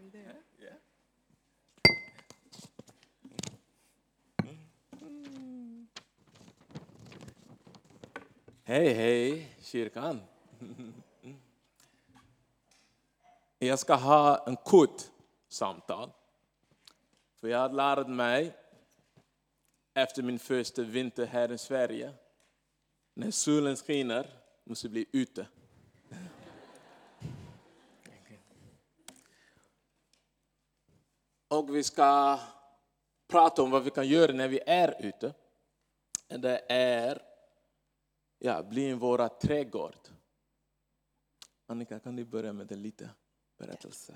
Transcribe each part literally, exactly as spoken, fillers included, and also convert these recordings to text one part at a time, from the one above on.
you there. Yeah. Hej, hej, kyrkan. Jag ska ha en kort samtal. För jag har lärt mig efter min första vinter här i Sverige. När solen skiner måste jag bli ute. Och vi ska prata om vad vi kan göra när vi är ute. Det är ja, bli i våra trädgård. Annika, kan du börja med en liten berättelse?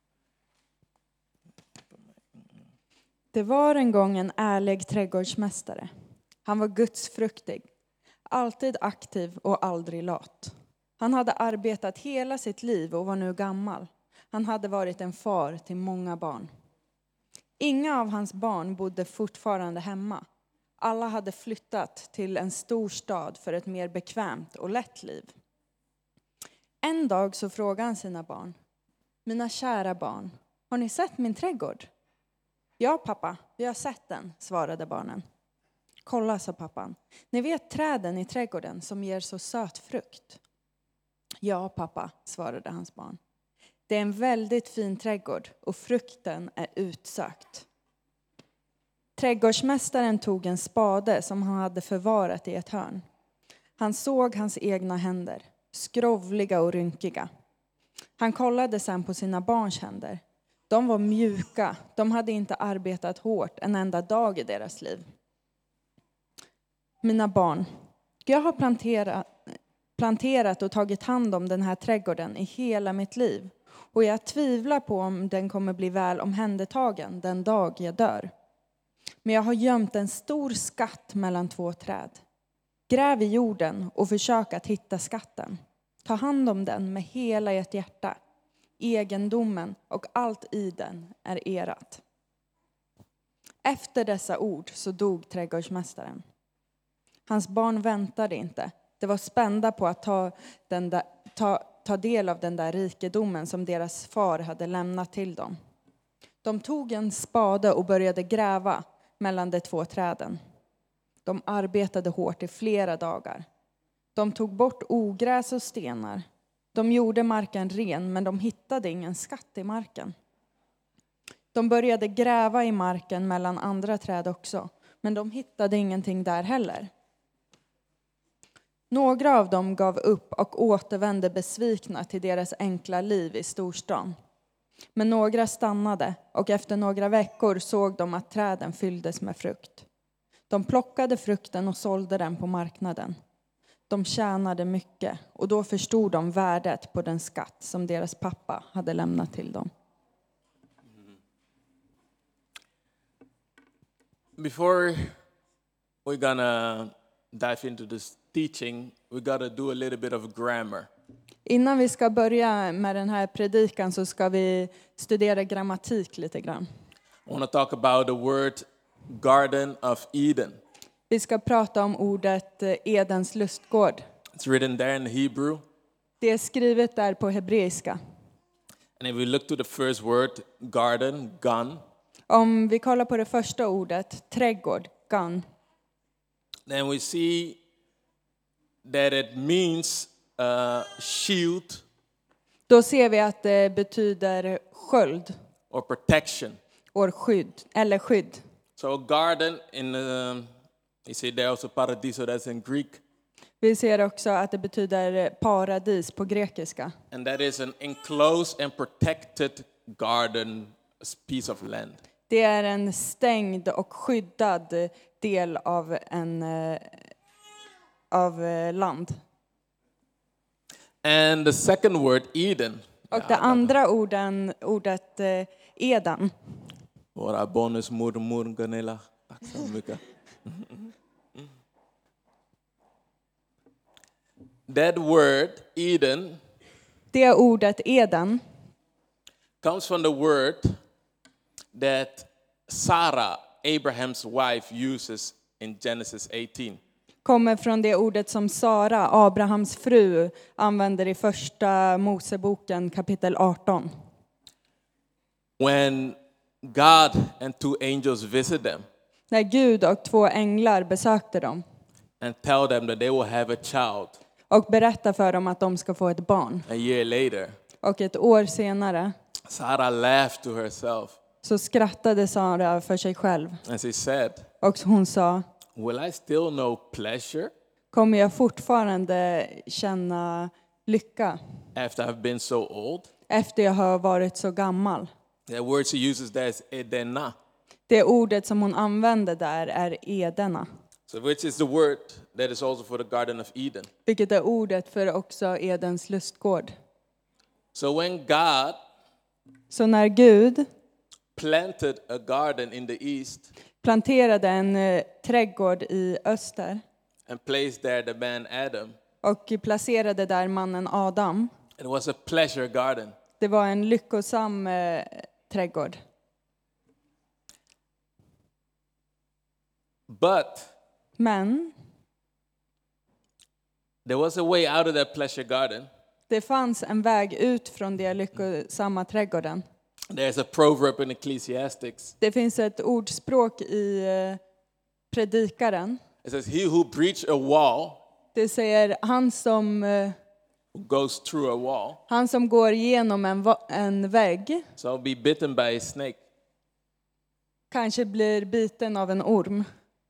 Det var en gång en ärlig trädgårdsmästare. Han var gudsfruktig, alltid aktiv och aldrig lat. Han hade arbetat hela sitt liv och var nu gammal. Han hade varit en far till många barn. Inga av hans barn bodde fortfarande hemma. Alla hade flyttat till en stor stad för ett mer bekvämt och lätt liv. En dag så frågade han sina barn: mina kära barn, har ni sett min trädgård? Ja pappa, vi har sett den, svarade barnen. Kolla, sa pappan, ni vet träden i trädgården som ger så söt frukt? Ja pappa, svarade hans barn. Det är en väldigt fin trädgård och frukten är utsökt. Trädgårdsmästaren tog en spade som han hade förvarat i ett hörn. Han såg hans egna händer, skrovliga och rynkiga. Han kollade sedan på sina barns händer. De var mjuka, de hade inte arbetat hårt en enda dag i deras liv. Mina barn, jag har planterat, planterat och tagit hand om den här trädgården i hela mitt liv. Och jag tvivlar på om den kommer bli väl omhändertagen den dag jag dör. Men jag har gömt en stor skatt mellan två träd. Gräv i jorden och försök att hitta skatten. Ta hand om den med hela ert hjärta. Egendomen och allt i den är erat. Efter dessa ord så dog trädgårdsmästaren. Hans barn väntade inte. Det var spända på att ta, den där, ta, ta del av den där rikedomen som deras far hade lämnat till dem. De tog en spade och började gräva mellan de två träden. De arbetade hårt i flera dagar. De tog bort ogräs och stenar. De gjorde marken ren, men de hittade ingen skatt i marken. De började gräva i marken mellan andra träd också, men de hittade ingenting där heller. Några av dem gav upp och återvände besvikna till deras enkla liv i storstan. Men några stannade och efter några veckor såg de att träden fylldes med frukt. De plockade frukten och sålde den på marknaden. De tjänade mycket och då förstod de värdet på den skatt som deras pappa hade lämnat till dem. Before we're gonna dive into this teaching, we gotta do a little bit of grammar. Innan vi ska börja med den här predikan så ska vi studera grammatik lite grann. I want to talk about the word Garden of Eden. Vi ska prata om ordet Edens lustgård. It's written there in Hebrew. Det är skrivet där på hebreiska. And if we look to the first word, garden, gun, Om vi kollar på det första ordet, trädgård, gan, then we see that it means uh, shield då ser vi att det betyder sköld or protection. och skydd, eller skydd. So a garden in, um, you see there also paradiso, that's in Greek. Vi ser också att det betyder paradis på grekiska. And that is an enclosed and protected garden, a piece of land. Det är en stängd och skyddad del av en eh, av eh, land. And the second word, Eden. Och det andra orden, ordet eh, Eden. Våra bonus mormor Gunilla. Tack så mycket. That word, Eden, Det ordet Eden comes from the word that Sarah, Abraham's wife, uses in Genesis eighteen. kommer från det ordet som Sara, Abrahams fru, använder i första Moseboken kapitel arton. when God and two angels visit them När Gud och två änglar besökte dem and tell them that they will have a child och berättar för dem att de ska få ett barn. a year later, Och ett år senare Sarah laughed to herself så skrattade Sara för sig själv. and she said, Och hon sa, will I still know pleasure kommer jag fortfarande känna lycka after I've been so old? efter jag har varit så gammal? The word she uses there is edena. Det ordet som hon använde där är edena. So which is the word that is also for the Garden of Eden. Vilket är ordet för också Edens lustgård. So when God Så när Gud planted a garden in the east planterade en eh, trädgård i öster and placed there the man Adam, och placerade där mannen Adam, it was a pleasure garden. det var en lyckosam eh, trädgård. But Men there was a way out of that pleasure garden. det fanns en väg ut från den lyckosamma trädgården. There's a proverb in Ecclesiastes. Det finns ett ordspråk i eh, Predikaren. It says, he who breach a wall, Det säger han som, eh, who goes through a wall, han som går igenom en, va- en vägg shall be bitten by a snake. kanske blir biten av en orm.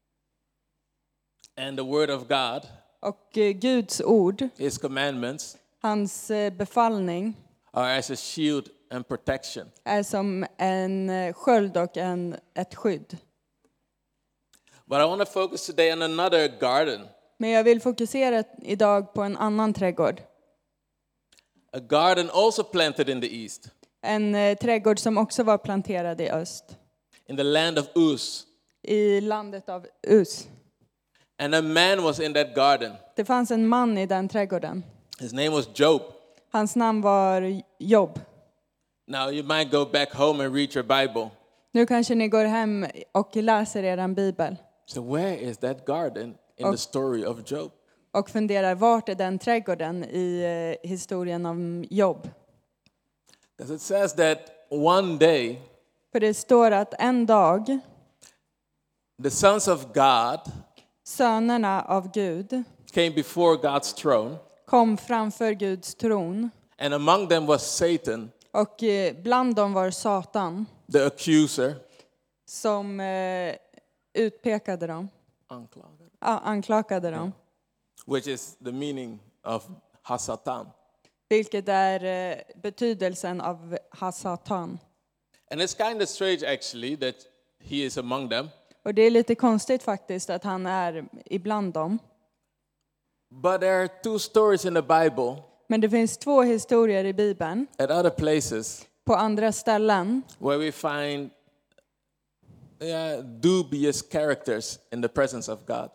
And the word of God, Och eh, Guds ord, his commandments, hans eh, befallning, are as a shield and protection. är som en eh, sköld och en, ett skydd. But I want to focus today on another garden, Men jag vill fokusera idag på en annan trädgård. a garden also planted in the east, En eh, trädgård som också var planterad i öst. in the land of Uz. I landet av Uz. And a man was in that garden. Det fanns en man i den trädgården. His name was Job. Hans namn var Job. Now you might go back home and read your Bible. Nu kanske ni går hem och läser er bibel. So where is that garden in the story of Job? Och funderar, vart är den trädgården i eh, historien om Job? Because it says that one day För det står att en dag, the sons of God sönerna av Gud came before God's throne, kom framför Guds tron. and among them was Satan, Och eh, bland dem var Satan the accuser, som eh, utpekade dem, anklagad, ja, anklagade dem. which is the meaning of Hasatan. Vilket är eh, betydelsen av Hasatan. And it's kind of strange actually that he is among them. Och det är lite konstigt faktiskt att han är ibland dem. But there are two stories in the Bible Men det finns två historier i Bibeln at other places på andra ställen where we find yeah, dubious characters in the presence of God.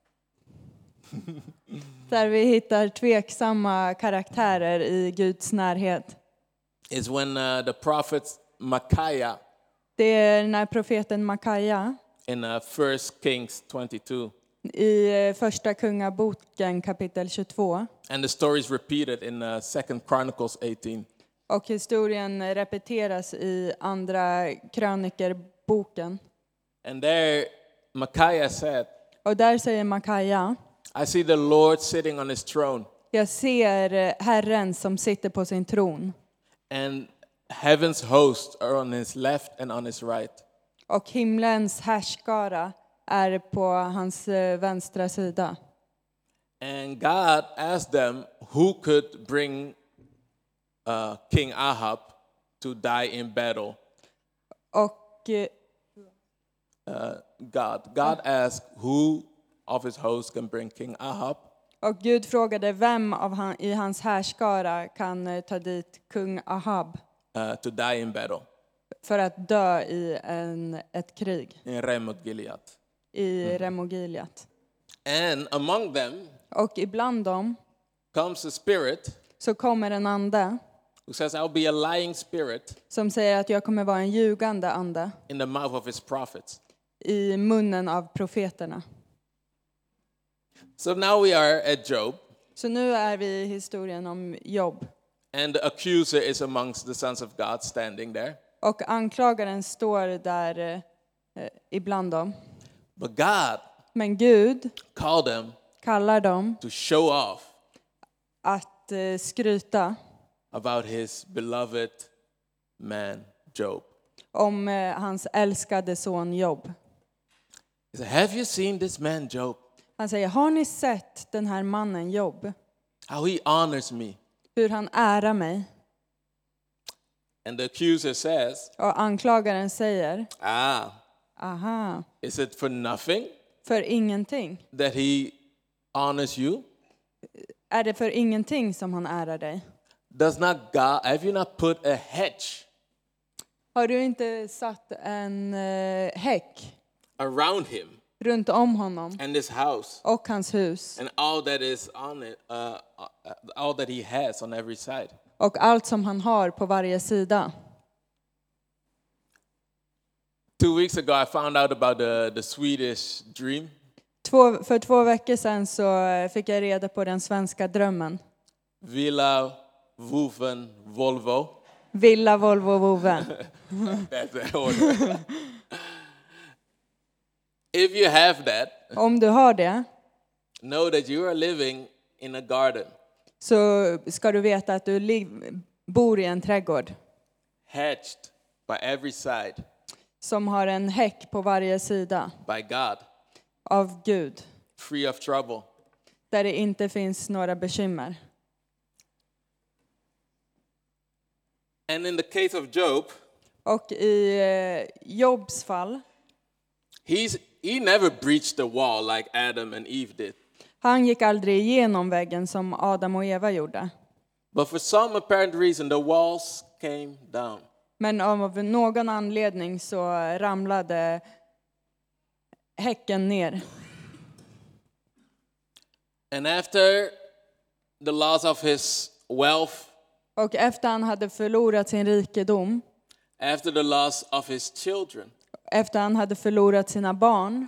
där vi hittar tveksamma karaktärer i Guds närhet. It's when uh, the prophet Micaiah Det är när profeten Makaja in uh, First Kings twenty-two, i eh, första kungaboken kapitel tjugotvå. and the story is repeated in uh, Second Chronicles eighteen. Och historien repeteras i andra krönikerboken. And there Micaiah said, Och där säger Makaja, I see the Lord sitting on his throne, jag ser eh, Herren som sitter på sin tron. and heaven's hosts are on his left and on his right. Och himlens härskara är på hans eh, vänstra sida. And God asked them who could bring uh, King Ahab to die in battle. Och eh, Uh, God. God asked who of his hosts can bring King Ahab Och Gud frågade vem av han, i hans härskara kan eh, ta dit kung Ahab uh, to die in battle för att dö i en, ett krig in Ramoth Gilead. i Remogiljat. And among them Och ibland dem comes a spirit så kommer en ande who says, I'll be a lying spirit som säger att jag kommer vara en ljugande ande in the mouth of his prophets. i munnen av profeterna. So now we are at Job, Så nu är vi i historien om Job. and the accuser is amongst the sons of God standing there. Och anklagaren står där eh, ibland dem. But God Men Gud called them kallar dem to show off att eh, skryta about his beloved man, Job. om eh, hans älskade son Job. He said, have you seen this man, Job? Han säger, har ni sett den här mannen Job? How he honors me. Hur han ärar mig. And the accuser says, Och anklagaren säger, ah, aha, is it for nothing för ingenting. that he honors you? Är det för ingenting som han ärar dig? Does not God, have you not put a hedge Har du inte satt en eh, häck around him runt om honom and this house och hans hus and all that is on it, uh, uh, all that he has on every side? och allt som han har på varje sida? Two weeks ago, I found out about the, the Swedish dream. Två, för två veckor sedan så fick jag reda på den svenska drömmen. Villa, Woven, Volvo. Villa, Volvo, Woven. That's the order. If you have that, Om du har det know that you are living in a garden, så ska du veta att du li- bor i en trädgård hedged by every side som har en häck på varje sida by God, av Gud. free of trouble. Där det inte finns några bekymmer. And in the case of Job, Och i eh, Jobs fall, he's he never breached the wall like Adam and Eve did. han gick aldrig igenom väggen som Adam och Eva gjorde. But for some apparent reason, the walls came down. Men av någon anledning så ramlade häcken ner. And after the loss of his wealth, Och efter han hade förlorat sin rikedom, after the loss of his children, efter han hade förlorat sina barn,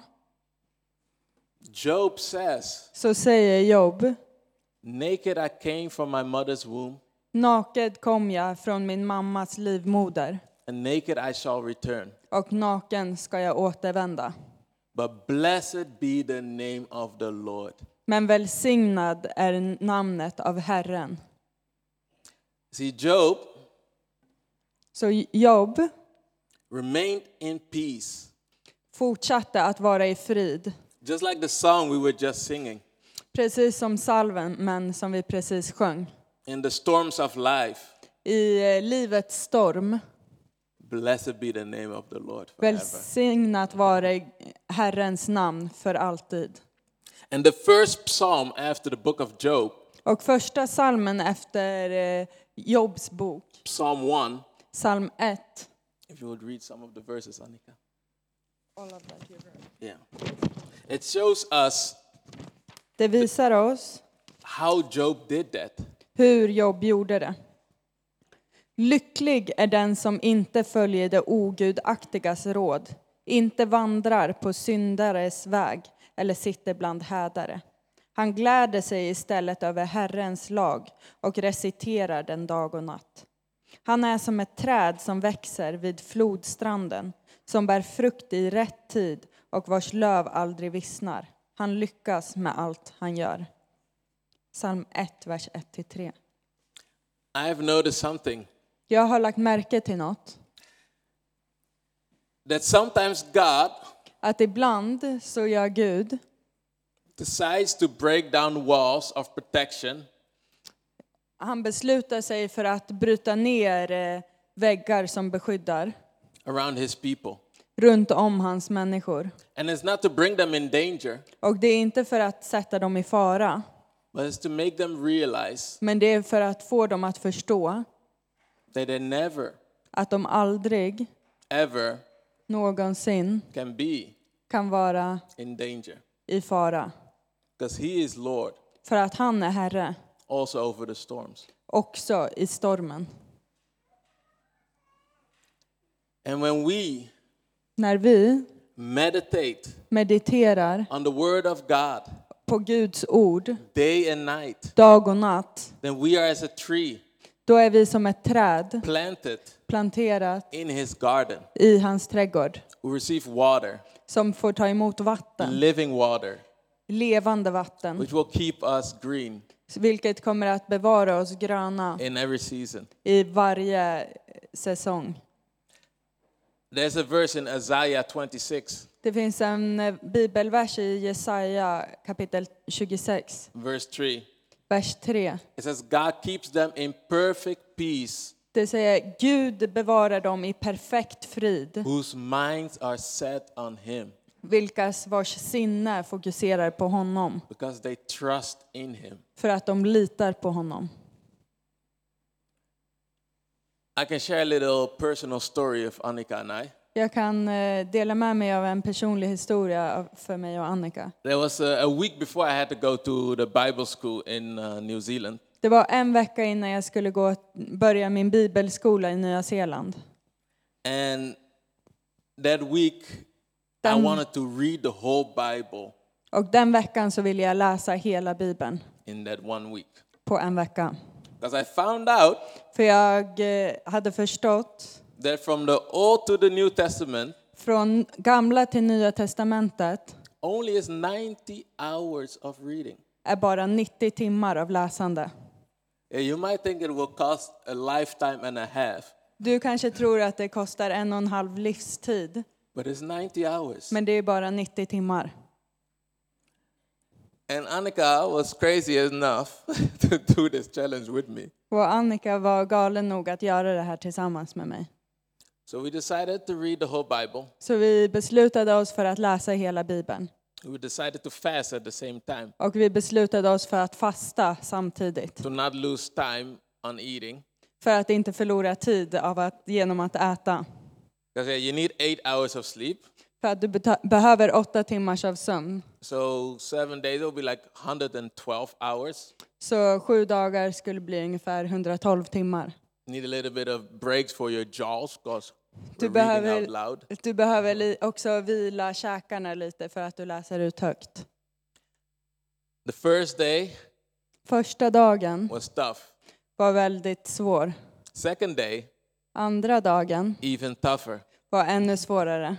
Job says, så säger Job, naked I came from my mother's womb, naked kom jag från min mammas livmoder, and naked I shall return. och naken ska jag återvända. But blessed be the name of the Lord. Men välsignad är namnet av Herren. See, Job Så Job remained in peace, fortsatte att vara i frid. just like the song we were just singing. Precis som salven, men som vi precis sjöng. In the storms of life, I eh, livets storm, blessed be the name of the Lord forever. välsignat vare Herrens namn för alltid. And the first psalm after the book of Job, Och första salmen efter eh, Jobs bok, Psalm one, psalm ett. if you would read some of the verses, Annika. All of that you read. Yeah. It shows us Det visar oss how Job did that. hur Job gjorde det. Lycklig är den som inte följer det ogudaktigas råd, inte vandrar på syndares väg eller sitter bland hädare. Han gläder sig istället över Herrens lag och reciterar den dag och natt. Han är som ett träd som växer vid flodstranden, som bär frukt i rätt tid och vars löv aldrig vissnar. Han lyckas med allt han gör. Psalm ett, vers ett till tre. I've noticed something, Jag har lagt märke till något. that sometimes God Att ibland så gör Gud decides to break down walls of protection Han beslutar sig för att bryta ner eh, väggar som beskyddar around his people. runt om hans människor. And it's not to bring them in danger, Och det är inte för att sätta dem i fara, but it's to make them realize men det är för att få dem att förstå that they never, att de aldrig ever någonsin can be kan vara in danger. i fara. Because he is Lord, För att han är Herre, also over the storms. också i stormen. And when we När vi meditate mediterar on the word of God på Guds ord day and night, dag och natt, then we are as a tree Då är vi som ett träd planted planterat in his garden. i hans trädgård We receive water, som får ta emot vatten, living water, levande vatten, which will keep us green vilket kommer att bevara oss gröna in every season. i varje säsong. There's a verse in Isaiah twenty-six, Det finns en eh, bibelvers i Jesaja kapitel tjugosex, verse three. vers tre. It says, God keeps them in perfect peace, Det säger Gud bevarar dem i perfekt frid, whose minds are set on him, vilkas vars sinne fokuserar på honom, because they trust in him. för att de litar på honom. I can share a little personal story of Annika and I. Jag kan eh, dela med mig av en personlig historia av- för mig och Annika. There was a, a week before I had to go to the Bible school in uh, New Zealand. Det var en vecka innan jag skulle gå börja min bibelskola i Nya Zeeland. And that week, I Den- wanted to read the whole Bible Och den veckan så ville jag läsa hela Bibeln in that one week. på en vecka. Because I found out För jag eh, hade förstått that from the Old to the New Testament, från Gamla till Nya Testamentet only is ninety hours of reading. är bara nittio timmar av läsande. Yeah, you might think it will cost a lifetime and a half, Du kanske tror att det kostar en och en halv livstid, but it's ninety hours. men det är bara nittio timmar. And Annika was crazy enough to do this challenge with me. Och Annika var galen nog att göra det här tillsammans med mig. So we decided to read the whole Bible. Så vi beslutade oss för att läsa hela Bibeln. We decided to fast at the same time, Och vi beslutade oss för att fasta samtidigt. to not lose time on eating. För att inte förlora tid av att, genom att äta. Because yeah, you need eight hours of sleep. För att du beta- behöver åtta timmars av sömn. So seven days will be like one hundred twelve hours. Så sju dagar skulle bli ungefär hundratolv timmar. Need a little bit of breaks for your jaws because Du we're reading behöver, out loud. du behöver li- också vila käkarna lite för att du läser ut högt. The first day Första dagen was tough. var väldigt svår. Second day, Andra dagen even tougher. var ännu svårare.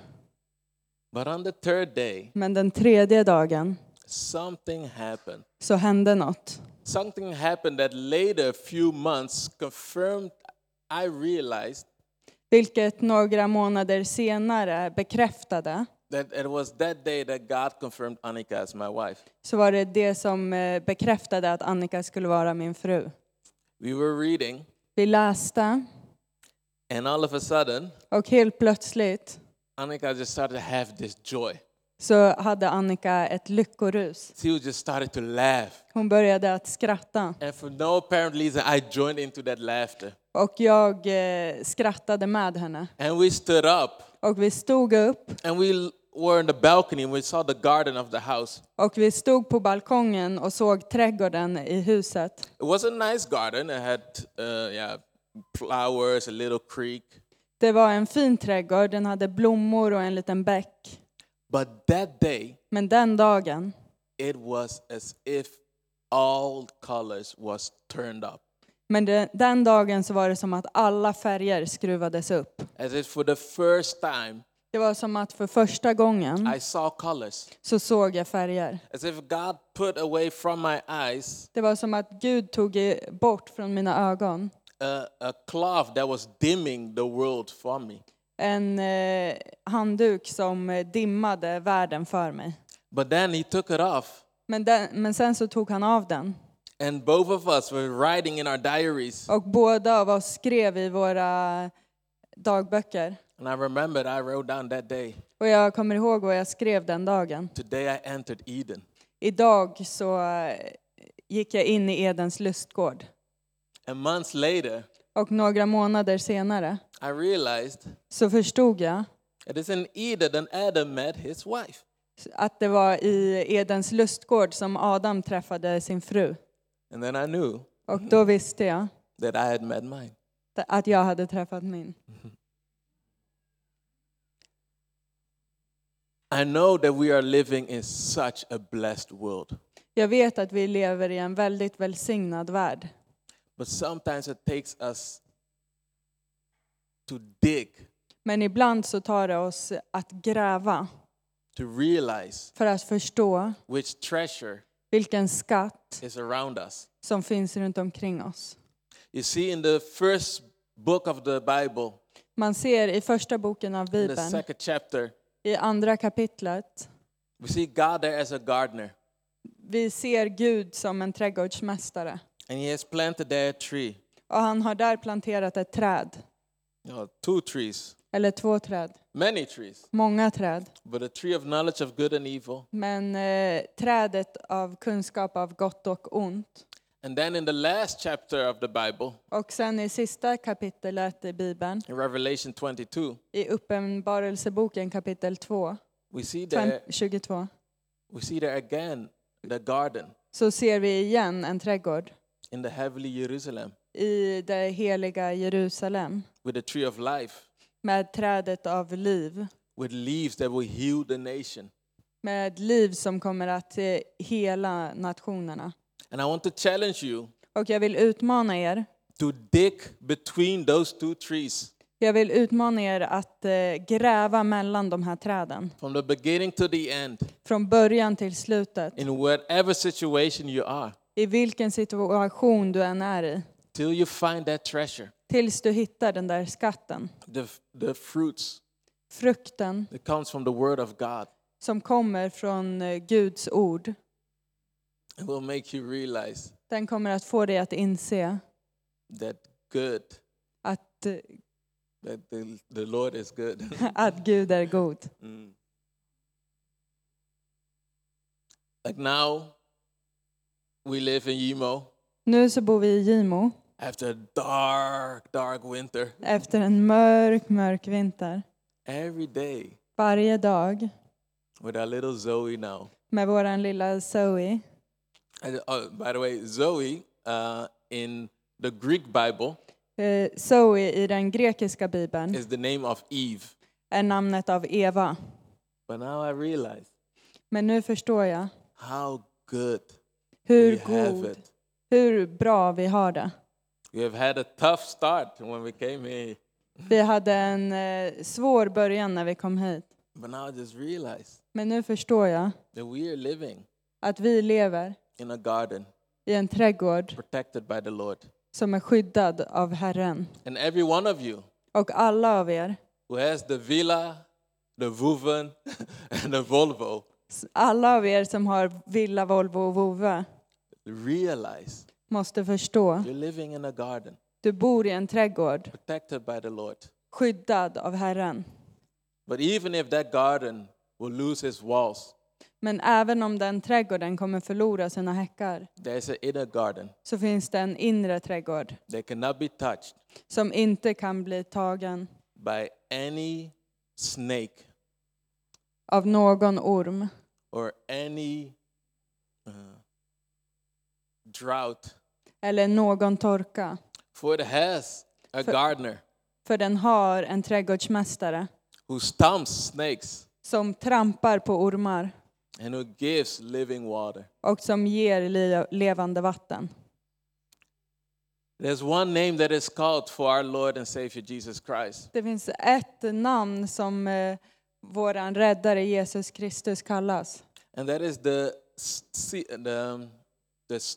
But on the third day, Men den tredje dagen something happened. så hände något. Something happened that later, a few months, confirmed I realized Vilket några månader senare bekräftade. that it was that day that God confirmed Annika as my wife. Så var det det som eh, bekräftade att Annika skulle vara min fru. We were reading, Vi läste and all of a sudden, och helt plötsligt Annika just started to have this joy. så hade Annika ett lyckorus. She just started to laugh. Hon började att skratta. And for no apparent reason, I joined into that laughter. Och jag eh, skrattade med henne. And we stood up, Och vi stod upp and we l- were in the balcony, and we saw the garden of the house. och vi stod på balkongen och såg trädgården i huset. It was a nice garden. It had uh, yeah, flowers, a little creek. Det var en fin trädgård, den hade blommor och en liten bäck. But that day, Men den dagen it was as if all colors was turned up. Men det, den dagen så var det som att alla färger skruvades upp. As if for the first time, Det var som att för första gången I saw colors. så såg jag färger. As if God put away from my eyes Det var som att Gud tog i- bort från mina ögon a, a cloth that was dimming the world for me. en eh, handduk som eh, dimmade världen för mig. But then he took it off. Men, den, men sen så tog han av den. And both of us were writing in our diaries. Och båda av oss skrev i våra dagböcker. And I remembered I wrote down that day, Och jag kommer ihåg vad jag skrev den dagen. today I entered Eden. Idag så eh, gick jag in i Edens lustgård. And months later, Och några månader senare I realized så förstod jag it is in Eden that Adam met his wife. att det var i Edens lustgård som Adam träffade sin fru. And then I knew Och då visste jag that I had met mine. att jag hade träffat min. I know that we are living in such a blessed world. Jag vet att vi lever i en väldigt välsignad värld. But sometimes it takes us to dig, Men ibland så tar det oss att gräva to realize för att förstå which treasure vilken skatt is around us. som finns runt omkring oss. You see, in the first book of the Bible, Man ser i första boken av in the Bibeln, second chapter, i andra kapitlet, we see God there as a gardener. vi ser Gud som en trädgårdsmästare. And he has planted there a tree, Och han har där planterat ett träd, you know, two trees, eller två träd, many trees, många träd. but a tree of knowledge of good and evil. Men eh, trädet av kunskap av gott och ont. And then in the last chapter of the Bible, Och sen i sista kapitlet i Bibeln, in Revelation twenty-two, i Uppenbarelseboken kapitel två, we see there, tjugotvå, we see there again the garden så ser vi igen en trädgård in the heavenly Jerusalem i det heliga Jerusalem with the tree of life, med trädet av liv. with leaves that will heal the nation. Med liv som kommer att eh, hela nationerna. And I want to challenge you Och jag vill utmana er. to dig between those two trees. Jag vill utmana er att eh, gräva mellan de här träden. From the beginning to the end, Från början till slutet. in whatever situation you are, I vilken situation du än är i. till you find that treasure, Tills du hittar den där skatten. the, the fruits Frukten that comes from the word of God. som kommer från eh, Guds ord. It will make you realize Den kommer att få dig att inse that good, att, eh, that the, the Lord is good. att Gud är god. Mm. Like now, we live in Yimo Nu så bor vi i Gimo. after a dark, dark winter. Efter en mörk, mörk vinter. Every day Varje dag with our little Zoe now. med våran lilla Zoe. And, oh, by the way, Zoe uh, in the Greek Bible Eh, Zoe i den grekiska bibeln is the name of Eve. är namnet av Eva. But now I realize Men nu förstår jag how good hur we have god, it. hur bra vi har det. We have had a tough start when we came here, Vi hade en eh, svår början när vi kom hit. but now I just realize Men nu förstår jag that we are living att vi lever in a garden i en trädgård protected by the Lord. som är skyddad av Herren. And every one of you Och alla av er, who has the villa, the Vuven, and the Volvo, alla av er som har villa, Volvo och Vove realize måste förstå. you're living in a garden Du bor i en trädgård protected by the Lord. skyddad av Herren. But even if that garden will lose its walls, Men även om den trädgården kommer förlora sina häckar there's an inner garden så finns det en inre trädgård that cannot be touched som inte kan bli tagen by any snake av någon orm or any uh, drought. eller någon torka. For it has a För- gardener För den har en trädgårdsmästare who stomps snakes som trampar på ormar and who gives living water. och som ger li- levande vatten. There's one name that is called for our Lord and Savior Jesus Christ. Det finns ett namn som eh, våran räddare Jesus Kristus kallas. And that is the s- se- the um, the, s-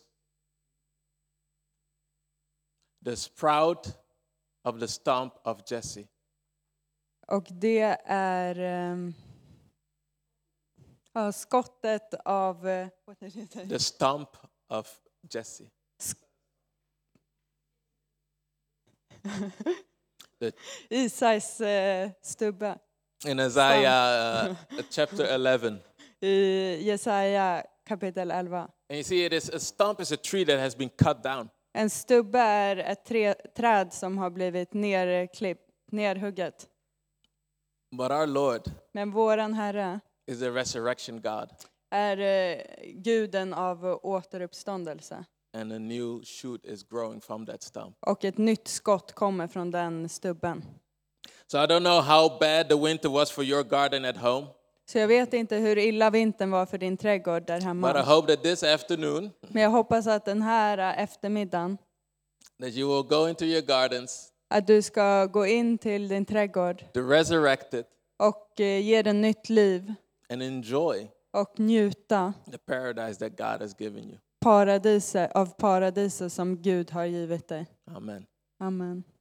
the sprout of the stump of Jesse. Och det är ehm, ja, skottet av eh, what did you say? The stump of Jesse. The- Isais eh, stubbe. In Isaiah uh, chapter eleven. I Jesaja kapitel elva. And you see, it is a stump is a tree that has been cut down. En stubbe är ett tre, träd som har blivit nerklippt, nerhugget. But our Lord Men våran Herre is the resurrection God. är eh, guden av återuppståndelse. And a new shoot is growing from that stump. Och ett nytt skott kommer från den stubben. So I don't know how bad the winter was for your garden at home. Så jag vet inte hur illa vintern var för din trädgård där But I hemma. hope that this afternoon Men jag hoppas att den här eftermiddagen that you will go into your gardens, Att du ska gå in till din trädgård to resurrect it och eh, ge den nytt liv and enjoy och njuta the paradise that God has given you. paradiset, av paradiset som Gud har givit dig. Amen. Amen.